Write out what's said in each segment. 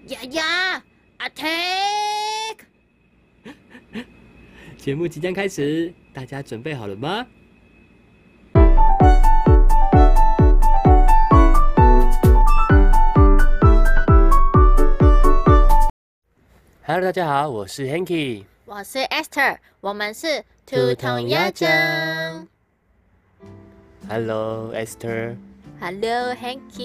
呀呀，attack！ 节目即将开始，大家准备好了吗？Hello， 大家好，我是 Hanky， 我是 Esther， 我们是兔筒鸭酱。Hello Esther。Hello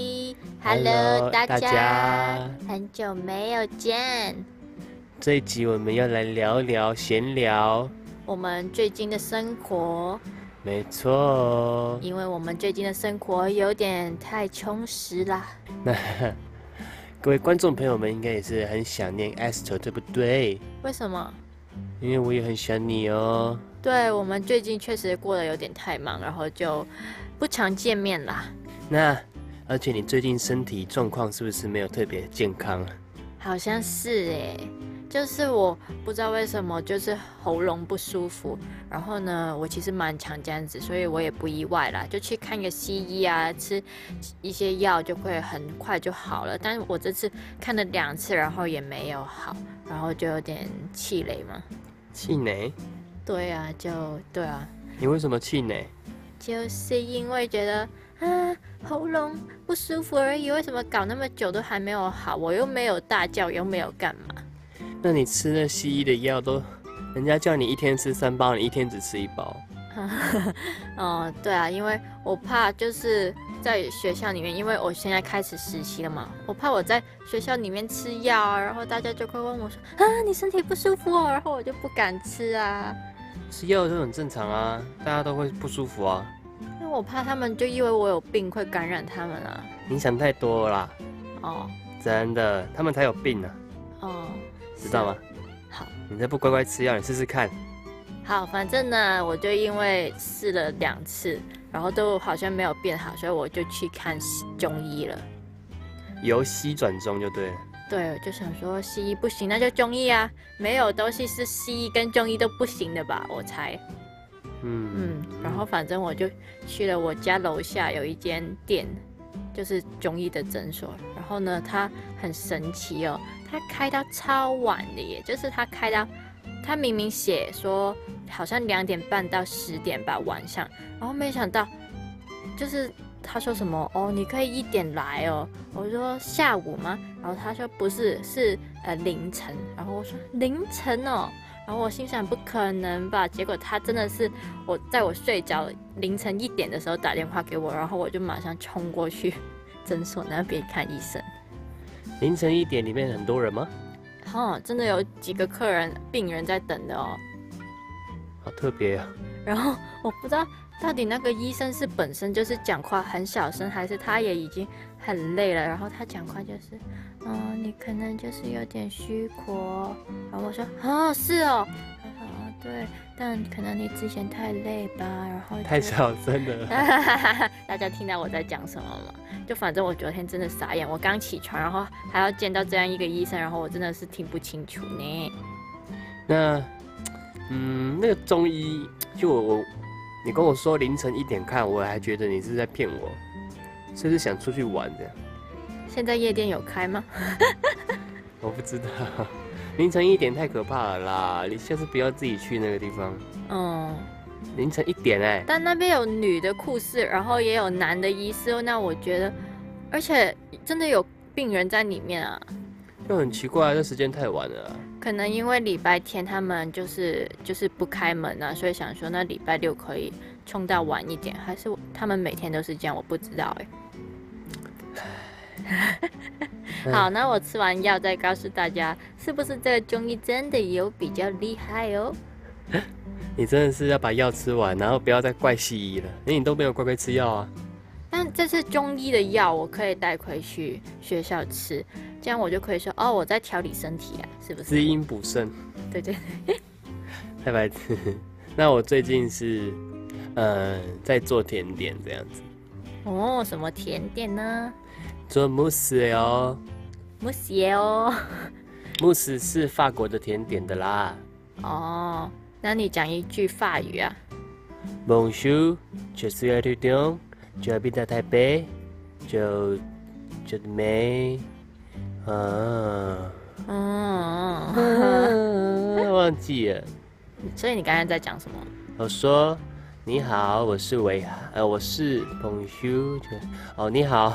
Hanky。Hello 大家，很久没有见。 这一集我们要来聊聊闲聊我们最近的生活。 没错， 因为我们最近的生活有点太充实啦。 那各位观众朋友们应该也是很想念 Esther， 对不对？ 为什么？ 因为我也很想你哦。 对，我们最近确实过得有点太忙，然后就不常见面啦。 而且你最近身体状况是不是没有特别健康？ 好像是耶，就是我不知道为什么，就是喉咙不舒服。然后呢，我其实蛮常这样子，所以我也不意外啦，就去看个西医啊，吃一些药就会很快就好了。但是我这次看了2次，然后也没有好，然后就有点气馁嘛。 气馁？ 对啊，对啊。 你为什么气馁？ 就是因为觉得喉咙不舒服而已，为什么搞那么久都还没有好？我又没有大叫，又没有干嘛。 那你吃那西医的药都，人家叫你一天吃3包，你一天只吃1包。 对啊，因为我怕就是在学校里面，因为我现在开始实习了嘛，我怕我在学校里面吃药啊，然后大家就会问我说你身体不舒服哦，然后我就不敢吃啊。 吃药就很正常啊，大家都会不舒服啊。 因为我怕他们就以为我有病，会感染他们啊。 你想太多了啦。 哦， 真的，他们才有病呢。知道吗？ 好， 你再不乖乖吃药，你试试看。 好，反正呢，我就因为试了2次，然后都好像没有变好，所以我就去看中医了。 由西转中就对了。 对，我就想说西医不行，那就中医啊。没有东西是西医跟中医都不行的吧？我猜。然后反正我就去了我家楼下有一间店，就是中医的诊所。然后呢，它很神奇哦，它开到超晚的耶，就是它开到，它明明写说好像2点半到10点吧晚上，然后没想到就是他说什么你可以1点来哦，我说下午吗？然后他说不是，是凌晨，然后我说凌晨哦。然后我心想不可能吧，结果他真的是在我睡着凌晨1点的时候打电话给我，然后我就马上冲过去诊所那边看医生。 凌晨1点里面很多人吗？ 真的有几个病人在等的哦。 好特别啊。 然后我不知道到底那个医生是本身就是讲话很小声，还是他也已经很累了，然后他讲话就是你可能就是有点虚脱。然后我说是哦。他说对，但可能你之前太累吧，然后太小声了。 大家听到我在讲什么吗？就反正我昨天真的傻眼，我刚起床，然后还要见到这样一个医生，然后我真的是听不清楚呢。 那个中医，就你跟我说凌晨1点看，我还觉得你是在骗我，是不是想出去玩这样？ 现在夜店有开吗？ 我不知道，凌晨1点太可怕了啦！你下次不要自己去那个地方。凌晨1点但那边有女的护士，然后也有男的医师，那我觉得，而且真的有病人在里面啊， 就很奇怪，这时间太晚了。 可能因为礼拜天他们就是不开门啊，所以想说那礼拜6可以冲到晚一点，还是他们每天都是这样，我不知道好，那我吃完药再告诉大家，是不是这个中医真的有比较厉害哦？ 你真的是要把药吃完，然后不要再怪西医了，因为你都没有乖乖吃药啊。 但这是中医的药，我可以带回去学校吃，这样我就可以说我在调理身体啊，是不是？ 滋阴补肾。 对。 太白痴。那我最近是在做甜点这样子。 什么甜点呢？ 做慕斯哦。 慕斯哦。 慕斯是法国的甜点的啦。 那你讲一句法语啊。 Bonjour, je suis étudiant, j'habite à Taipei, je demain 忘记了。 所以你刚才在讲什么？ 我说你好，我是我是 Bonjour。哦，你好，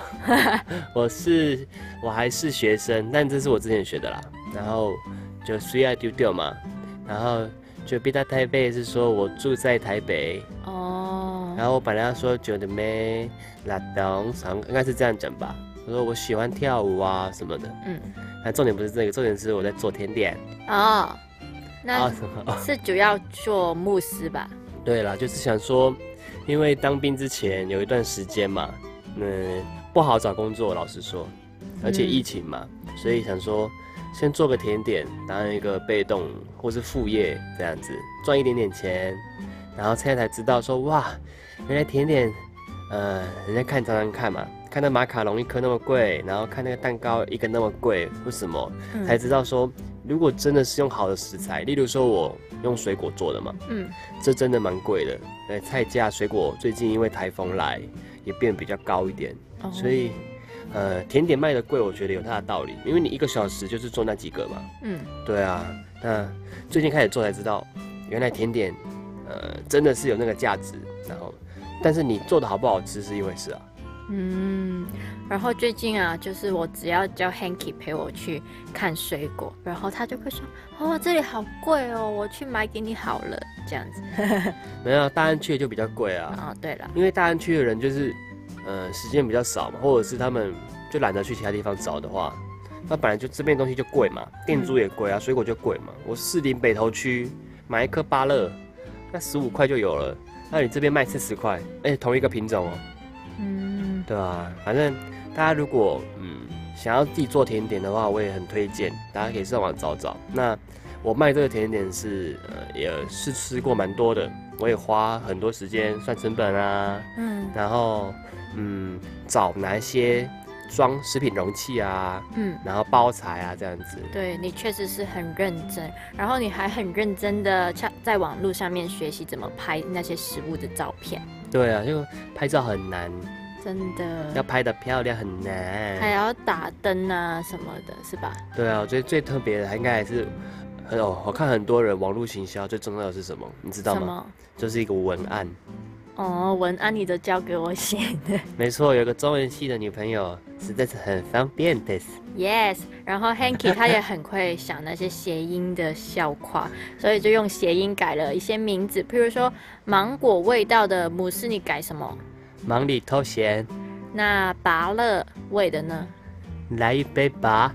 我还是学生，但这是我之前学的啦。然后就虽爱丢丢嘛，然后就比到台北是说我住在台北。哦。然后我本来要说觉得没拉东，应该是这样讲吧。我说我喜欢跳舞啊什么的。但重点不是这个，重点是我在做甜点。哦。 那是主要做慕斯吧？ 对啦，就是想说，因为当兵之前有一段时间嘛，不好找工作，老实说，而且疫情嘛，所以想说先做个甜点，当一个被动或是副业这样子，赚一点点钱，然后现在才知道说哇，原来甜点，人家常常看嘛，看那马卡龙一颗那么贵，然后看那个蛋糕一个那么贵，为什么？才知道说。如果真的是用好的食材，例如说我用水果做的嘛，这真的蛮贵的。菜价、水果最近因为台风来，也变比较高一点，所以甜点卖的贵，我觉得有它的道理，因为你1个小时就是做那几个嘛。对啊。那最近开始做才知道，原来甜点真的是有那个价值，然后但是你做的好不好吃是一回事啊。 然后最近啊，就是我只要叫 Hanky 陪我去看水果，然后他就会说：“哦，这里好贵哦，我去买给你好了。”这样子。 没有，大安区的就比较贵啊。 对了， 因为大安区的人就是时间比较少嘛，或者是他们就懒得去其他地方找的话，那本来就这边东西就贵嘛，店租也贵啊，水果就贵嘛。我士林北投区买一颗芭乐，那15块就有了，那你这边卖40块，同一个品种哦。对啊，反正大家如果想要自己做甜点的话，我也很推荐，大家可以上网找找。那我卖这个甜点是也是吃过蛮多的，我也花很多时间算成本啊，然后找哪一些装食品容器啊，然后包材啊这样子。 对，你确实是很认真，然后你还很认真的在网络上面学习怎么拍那些食物的照片。 对啊，就拍照很难。 真的要拍得漂亮很难， 还要打灯啊什么的，是吧？ 对啊，我觉得最特别的应该还是，我看很多人网络行销最重要的是什么，你知道吗？什么？就是一个文案。 文案你都交给我写的。 没错，有个中文系的女朋友实在是很方便的。 Yes， 然后 Hanky 他也很会想那些谐音的笑话，所以就用谐音改了一些名字，譬如说芒果味道的姆斯，你改什么？ 忙里偷闲。 那芭乐味的呢？ 来一杯吧。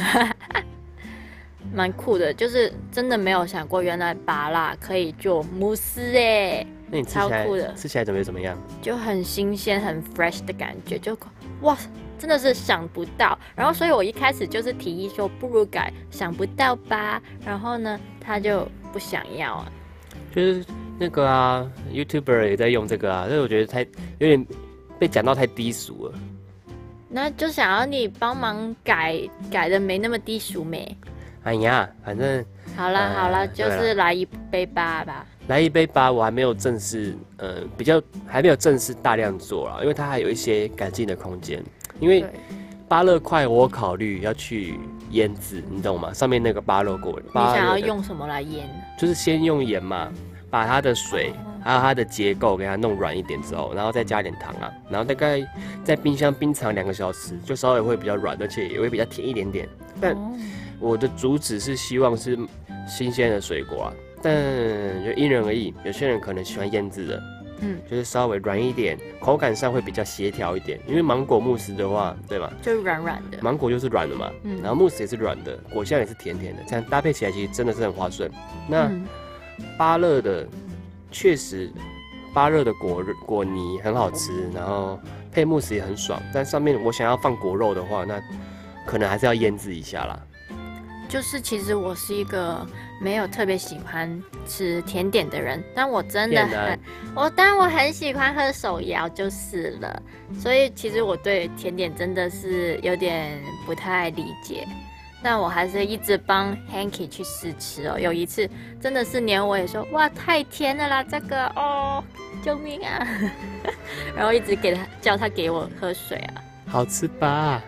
蛮酷的，就是真的没有想过，原来芭乐可以做慕斯哎。 那你超酷的，吃起来怎么样？ 就很新鲜、很 fresh 的感觉，就哇，真的是想不到。然后，所以我一开始就是提议说，不如改想不到吧。然后呢，他就不想要啊。 就是那个啊 ，YouTuber 也在用这个啊，所以我觉得有点被讲到太低俗了。 那就想要你帮忙改的没那么低俗没？ 哎呀，反正好啦，就是来一杯吧。 来一杯吧，我还没有正式还没有正式大量做啦，因为它还有一些改进的空间。因为芭乐块我考虑要去腌制，你懂吗？上面那个芭乐果，你想要用什么来腌？ 就是先用盐嘛，把它的水还有它的结构给它弄软一点之后，然后再加点糖啊，然后大概在冰箱冰藏2个小时，就稍微会比较软，而且也会比较甜一点点。但我的主旨是希望是新鲜的水果啊，但就因人而异，有些人可能喜欢腌制的，就是稍微软一点，口感上会比较协调一点。因为芒果慕斯的话，对吧？ 就软软的， 芒果就是软的嘛，然后慕斯也是软的，果酱也是甜甜的，这样搭配起来其实真的是很划算。那芭乐的确实，芭乐的果泥很好吃，然后配慕斯也很爽，但上面我想要放果肉的话，那可能还是要腌制一下啦。 就是其实我是一个没有特别喜欢吃甜点的人，但我真的但我很喜欢喝手摇就是了，所以其实我对甜点真的是有点不太理解，但我还是一直帮 Hanky 去试吃哦。有一次真的是连我也说哇太甜了啦，这个救命啊！然后一直叫他给我喝水啊， 好吃吧？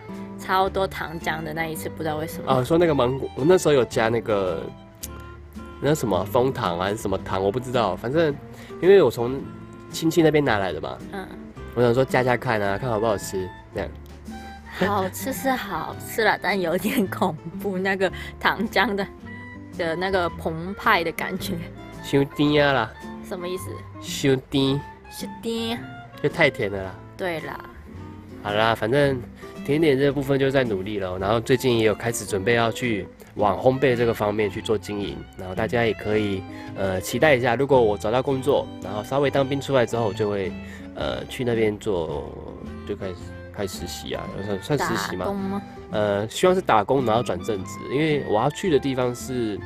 超多糖浆的那一次，不知道为什么。 说那个芒果，我那时候有加那什么枫糖还是什么糖，我不知道，反正因为我从亲戚那边拿来的嘛，我想说加看啊，看好不好吃，这样。 好吃是好吃啦，但有点恐怖，那个糖浆的那个澎湃的感觉。 太甜啊啦！ 什么意思？ 太甜。 是甜。 就太甜了啦。 对啦。 好啦，反正甜点这个部分就在努力了，然后最近也有开始准备要去往烘焙这个方面去做经营，然后大家也可以期待一下，如果我找到工作，然后稍微当兵出来之后，就会去那边做，就开始实习啊，算实习吗？ 打工吗？ 希望是打工，然后转正职，因为我要去的地方是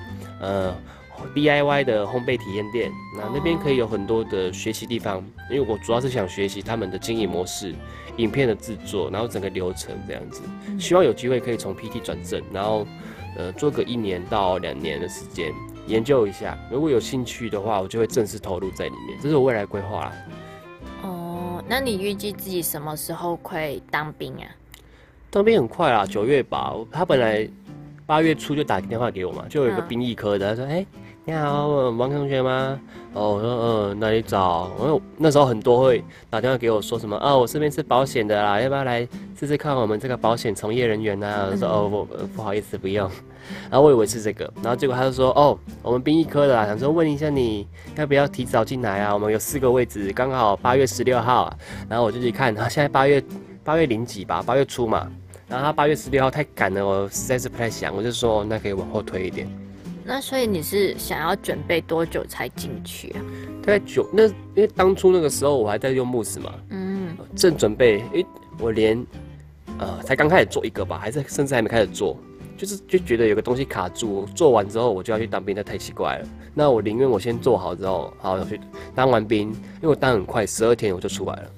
DIY 的烘焙体验店，那边可以有很多的学习地方，因为我主要是想学习他们的经营模式、影片的制作，然后整个流程这样子。希望有机会可以从 PT 转正，然后做个1年到2年的时间研究一下，如果有兴趣的话，我就会正式投入在里面，这是我未来规划啦。 那你预计自己什么时候会当兵啊？ 当兵很快啦，9月吧。他本来8月初就打电话给我嘛，就有一个兵役科的，他说：“你好，王同学吗？”我说：“哪里找？”那时候很多会打电话给我说什么：“我这边是保险的啦，要不要来试试看我们这个保险从业人员啊？”我说：“不好意思，不用。”然后我以为是这个，然后结果他就说：“我们兵役科的啦，想说问一下你要不要提早进来啊？我们有4个位置，刚好8月16号啊。”然后我就去看，他现在8月零几吧，8月初嘛。然后他8月16号太赶了，我实在是不太想，我就说那可以往后推一点。 那所以你是想要准备多久才进去啊？ 大概因为当初那个时候我还在用慕斯嘛，正准备，我连才刚开始做一个吧，甚至还没开始做，就觉得有个东西卡住，做完之后我就要去当兵，那太奇怪了。那我宁愿我先做好之后，好去当完兵，因为我当很快，12天我就出来了。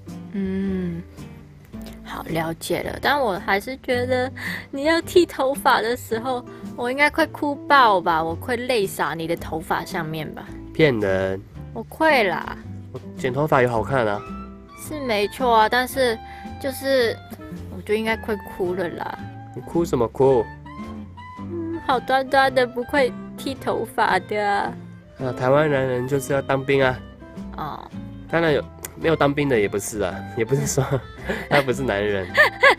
好，了解了，但我还是觉得你要剃头发的时候，我应该快哭爆吧，我会泪洒你的头发上面吧？ 骗人！ 我会啦， 我剪头发也好看啊， 是没错啊，但是就是我就应该快哭了啦。 你哭什么哭？ 好端端的不会剃头发的啊。 台湾男人就是要当兵啊。当然没有当兵的也不是啊，也不是说他不是男人。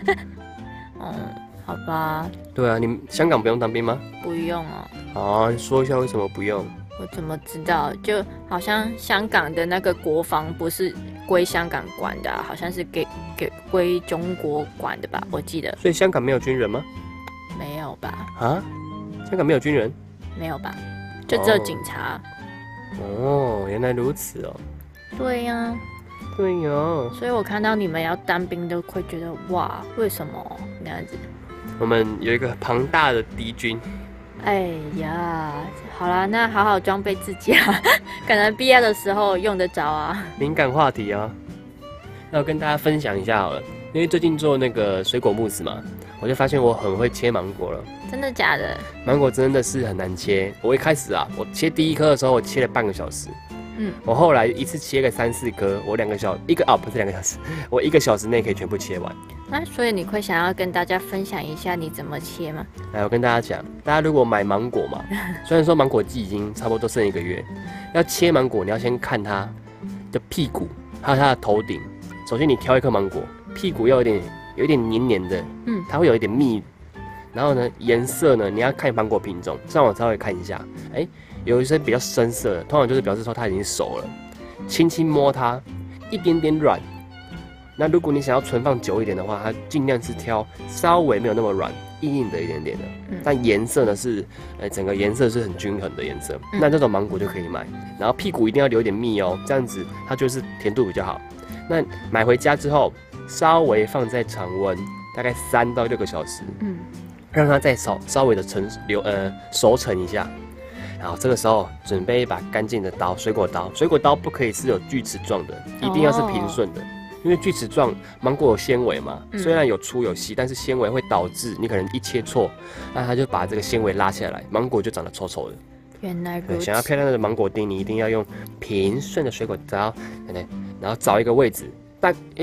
好吧。 对啊，你们香港不用当兵吗？ 不用哦。你说一下为什么不用？ 我怎么知道？就好像香港的那个国防不是归香港管的好像是给归中国管的吧？我记得。 所以香港没有军人吗？ 没有吧？ 香港没有军人？ 没有吧？就只有警察。 原来如此哦。 对呀。 对呀。 所以我看到你们要当兵都会觉得哇，为什么那样子？ 我们有一个庞大的敌军。 哎呀，好啦，那好好装备自己啊，可能毕业的时候用得着啊。 敏感话题啊，那我跟大家分享一下好了，因为最近做那个水果慕斯嘛，我就发现我很会切芒果了。 真的假的？芒果真的是很难切。我一开始我切第一颗的时候，我切了半个小时。我后来一次切个3、4颗，我不是2个小时，我1个小时内可以全部切完。 那所以你会想要跟大家分享一下你怎么切吗？ 来，我跟大家讲，大家如果买芒果嘛，虽然说芒果季已经差不多剩1个月，要切芒果，你要先看它的屁股，还有它的头顶。首先你挑一颗芒果，屁股要有点黏黏的，它会有一点密。然后呢，颜色呢，你要看芒果品种，上网稍微看一下，有一些比较深色的，通常就是表示说它已经熟了，轻轻摸它，一点点软。那如果你想要存放久一点的话，它尽量是挑稍微没有那么软，硬硬的一点点的。但颜色呢是，整个颜色是很均衡的颜色。那这种芒果就可以买。然后屁股一定要留一点蜜哦，这样子它就是甜度比较好。那买回家之后，稍微放在常温，大概3到6个小时，让它再稍微的熟成一下。然后这个时候准备一把干净的刀，水果刀。水果刀不可以是有锯齿状的，一定要是平顺的，因为锯齿状芒果有纤维嘛，虽然有粗有细，但是纤维会导致你可能一切错，那它就把这个纤维拉下来，芒果就长得丑丑的。 原来如此。 想要漂亮的芒果丁，你一定要用平顺的水果刀，然后找一个位置。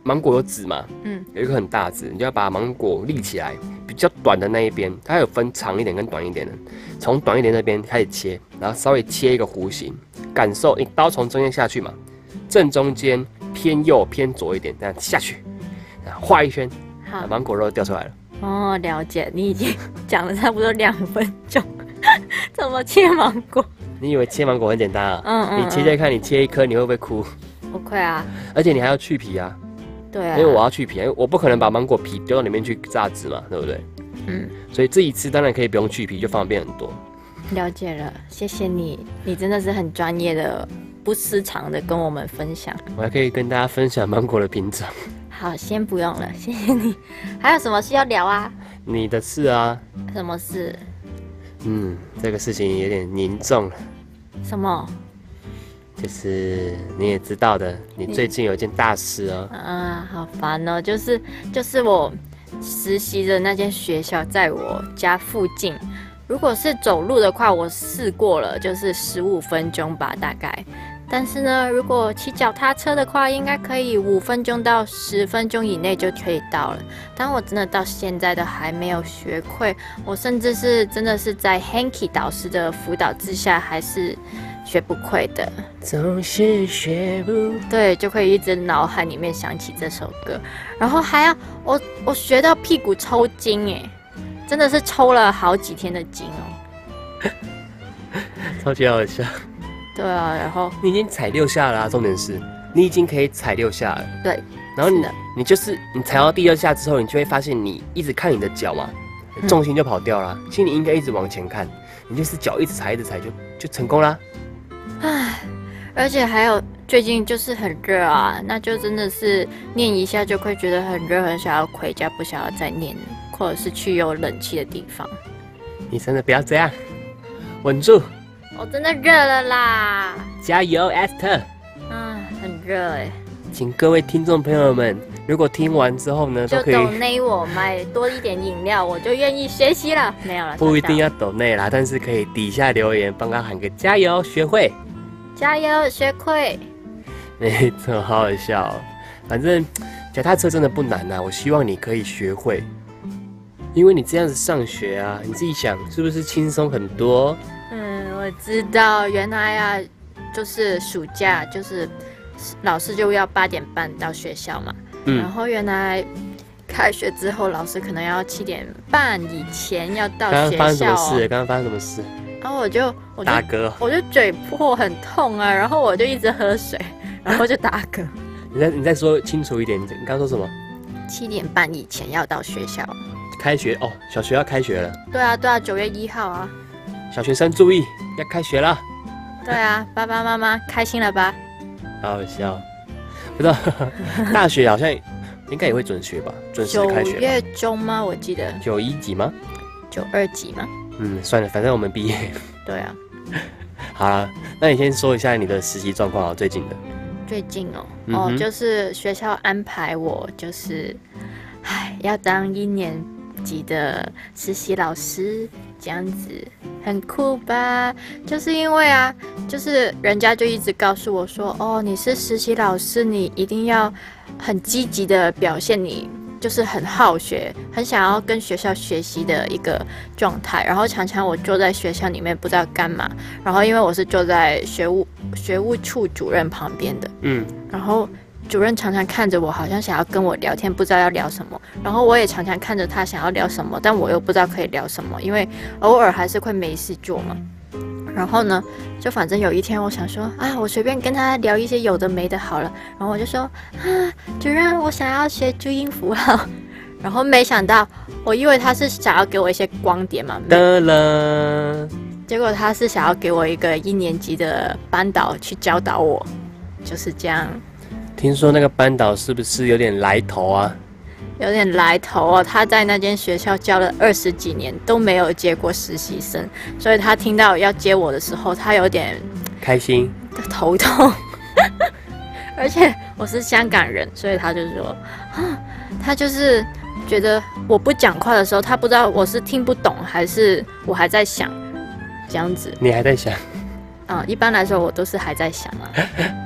芒果有籽嘛，有一个很大籽，你就要把芒果立起来，比较短的那一边，它有分长一点跟短一点的，从短一点那边开始切，然后稍微切一个弧形，感受你刀从中间下去嘛，正中间偏右偏左一点，这样下去，画一圈，芒果肉掉出来了。 哦，了解，你已经讲了差不多2分钟，怎么切芒果？ 你以为切芒果很简单啊？你切看，你切一颗，你会不会哭？ 不会啊， 而且你还要去皮啊。 对啊， 因为我要去皮，我不可能把芒果皮丢到里面去榨汁嘛，对不对？所以自己吃当然可以不用去皮，就方便很多。 了解了，谢谢你，你真的是很专业的，不私藏的跟我们分享。 我还可以跟大家分享芒果的品种。 好，先不用了，谢谢你。还有什么事要聊啊？ 你的事啊？ 什么事？ 这个事情有点凝重了。 什么？ 就是你也知道的，你最近有一件大事哦。 好烦哦！就是我实习的那间学校在我家附近，如果是走路的话，我试过了，就是15分钟吧，大概。但是呢，如果骑脚踏车的话，应该可以5分钟到10分钟以内就可以到了。但我真的到现在都还没有学会，我甚至是真的是在 Hanky 导师的辅导之下，还是学不会的。 总是学不对，就会一直脑海里面想起这首歌，然后还要我学到屁股抽筋哎，真的是抽了好几天的筋哦， 超级好笑。 对啊，然后你已经踩6下了啊，重点是你已经可以踩6下了。 对， 然后你踩到第2下之后，你就会发现你一直看你的脚嘛，重心就跑掉了。其实你应该一直往前看，你就是脚一直踩就成功啦。 唉，而且还有最近就是很热啊，那就真的是念一下就会觉得很热，很想要回家，不想要再念，或者是去有冷气的地方。 你真的不要这样，稳住。 我真的热了啦！ 加油 ，Esther！ 很热哎。 请各位听众朋友们，如果听完之后呢， 就都可以 donate我买多一点饮料，我就愿意学习了。没有了， 不一定要donate啦，但是可以底下留言帮他喊个加油，学会， 加油，学会。 没错，好好笑哦。反正脚踏车真的不难啊，我希望你可以学会，因为你这样子上学啊，你自己想是不是轻松很多？ 我知道，原来啊，就是暑假，就是老师就要8点半到学校嘛，然后原来开学之后，老师可能要7点半以前要到学校。刚刚发生什么事？刚刚发生什么事？ 然后我就打嗝， 我就嘴破很痛啊，然后我就一直喝水，然后就打嗝。 你再说清楚一点，你刚刚说什么 ？7点半以前要到学校。 开学哦，小学要开学了。 对啊，9月1号啊。 小学生注意，要开学了。 对啊，爸爸妈妈开心了吧？ 好好笑。不知道大学好像应该也会准学吧？准时开学。9 月中吗？我记得。 91级吗 ？92级吗？ 算了，反正我们毕业。 对啊。 好了，那你先说一下你的实习状况啊，最近的。 最近就是学校安排我，就是要当1年级的实习老师。这样子很酷吧？就是因为啊，就是人家就一直告诉我说，你是实习老师，你一定要很积极的表现，你就是很好学，很想要跟学校学习的一个状态。然后常常我坐在学校里面不知道干嘛，然后因为我是坐在学务处主任旁边的，然后主任常常看着我，好像想要跟我聊天，不知道要聊什么。然后我也常常看着他，想要聊什么，但我又不知道可以聊什么，因为偶尔还是会没事做嘛。然后呢，就反正有一天，我想说我随便跟他聊一些有的没的好了。然后我就说主任，我想要学注音符号。然后没想到，我以为他是想要给我一些光点嘛，结果他是想要给我一个1年级的班导去教导我，就是这样。 听说那个班导是不是有点来头啊？ 有点来头哦，他在那间学校教了20几年都没有接过实习生，所以他听到要接我的时候，他有点开心、 头痛。而且我是香港人，所以他就说他就是觉得我不讲话的时候，他不知道我是听不懂还是我还在想，这样子。 你还在想？ 一般来说我都是还在想啊。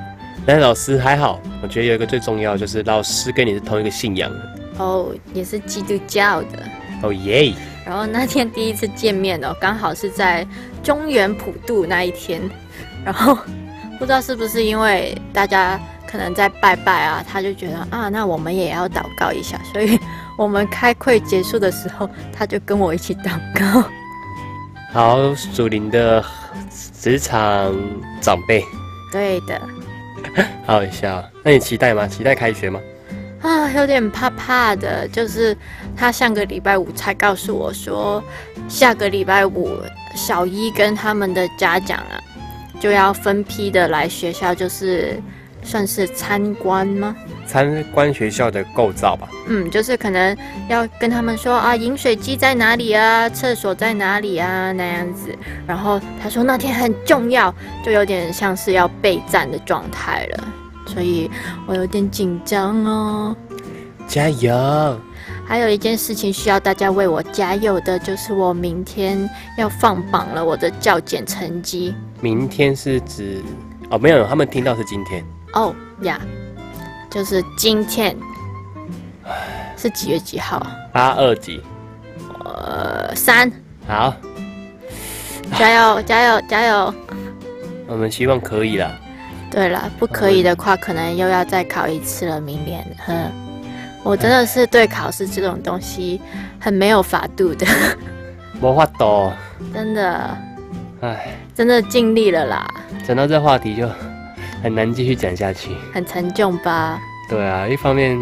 但是老师还好，我觉得有一个最重要的就是老师跟你是同一个信仰的。 哦，也是基督教的。 哦耶！ 然后那天第一次见面哦，刚好是在中元普渡那一天，然后不知道是不是因为大家可能在拜拜啊，他就觉得啊，那我们也要祷告一下，所以我们开会结束的时候，他就跟我一起祷告。 好，属灵的职场长辈。 对的。 好好笑。那你期待吗？期待开学吗？ 啊，有点怕怕的，就是他上个礼拜五才告诉我说，下个礼拜五小一跟他们的家长啊，就要分批的来学校，就是算是参观吗？ 参观学校的构造吧。 就是可能要跟他们说啊，饮水机在哪里啊，厕所在哪里啊，那样子。然后他说那天很重要，就有点像是要备战的状态了，所以我有点紧张哦。 加油！ 还有一件事情需要大家为我加油的，就是我明天要放榜了，我的教检成绩。 明天是指没有，他们听到是今天。 哦呀，就是今天。是几月几号 ？82几 ？3。 好， 加油加油加油！ 我们希望可以啦。 对啦，不可以的话，可能又要再考一次了，明年。我真的是对考试这种东西很没有法度的。 没法度。 真的。真的尽力了啦。 讲到这话题就很难继续讲下去。 很沉重吧？ 对啊，一方面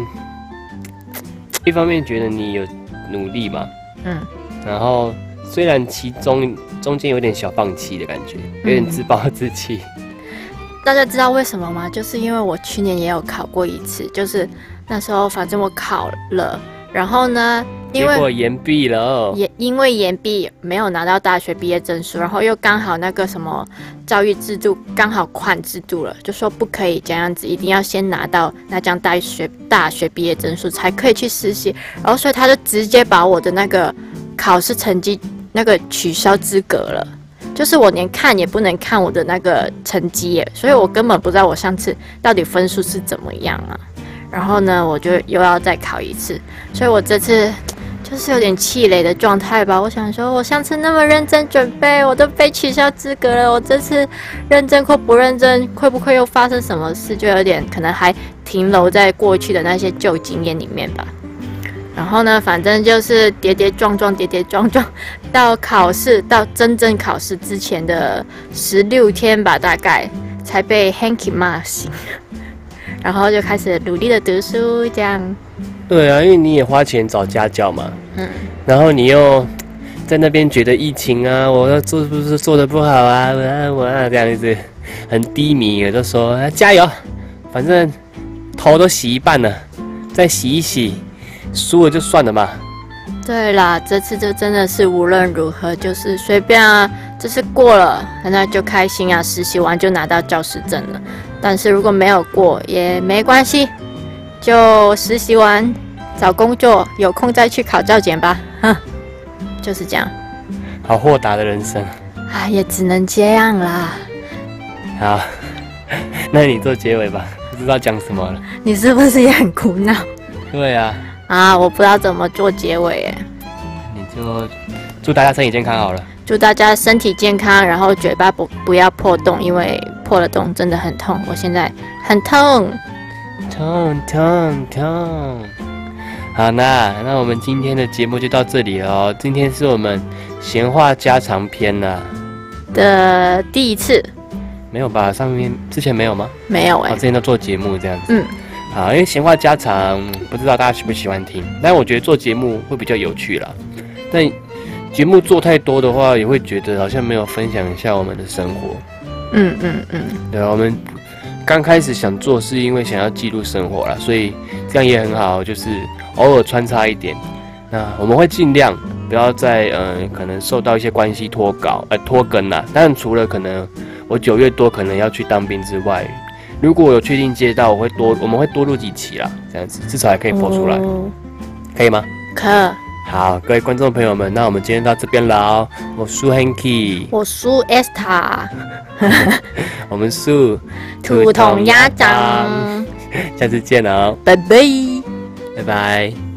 觉得你有努力嘛，然后虽然其中间有点小放弃的感觉，有点自暴自弃。 大家知道为什么吗？就是因为我去年也有考过一次，就是那时候反正我考了，然后呢， 结果延毕了， 也因为延毕没有拿到大学毕业证书，然后又刚好那个什么教育制度刚好换制度了，就说不可以这样子，一定要先拿到那张大学毕业证书才可以去实习，然后所以他就直接把我的那个考试成绩那个取消资格了，就是我连看也不能看我的那个成绩耶，所以我根本不知道我上次到底分数是怎么样啊。然后呢，我就又要再考一次，所以我这次就是有点气馁的状态吧。我想说，我上次那么认真准备，我都被取消资格了，我这次认真或不认真，会不会又发生什么事？就有点可能还停留在过去的那些旧经验里面吧。然后呢，反正就是跌跌撞撞，到真正考试之前的16天吧，大概才被 Hanky 骂醒。然后就开始努力的读书，这样。 对啊，因为你也花钱找家教嘛，然后你又在那边觉得疫情啊，我要做是不是做得不好啊，我这样子很低迷，我就说加油，反正头都洗一半了，再洗一洗，输了就算了嘛。 对啦，这次就真的是无论如何就是随便啊，这次过了那就开心啊，实习完就拿到教师证了。但是如果没有过也没关系，就实习完找工作，有空再去考教检吧。就是这样。 好豁达的人生。 也只能这样啦。 好，那你做结尾吧，不知道讲什么了。 你是不是也很苦恼？ 对啊。 我不知道怎么做结尾耶。 你就祝大家身体健康好了。 祝大家身体健康，然后嘴巴不要破洞，因为破了洞真的很痛，我现在很痛。好，那我们今天的节目就到这里了哦。今天是我们闲话家常篇的第一次。没有吧？之前没有吗？没有之前都做节目这样子。好，因为闲话家常，不知道大家喜不喜欢听，但我觉得做节目会比较有趣啦。但节目做太多的话，也会觉得好像没有分享一下我们的生活。对啊，我们刚开始想做是因为想要记录生活啦，所以这样也很好，就是偶尔穿插一点。那我们会尽量不要再可能受到一些关系拖更啦。但除了可能我9月多可能要去当兵之外，如果我有确定接到，我们会多录几期啦，这样子至少还可以播出来，可以吗？可。 好，各位观众朋友们，那我们今天到这边了。我苏 Hanky， 我苏 Esther， 我们苏土桶鸭掌， 下次见哦， 拜拜， 拜拜。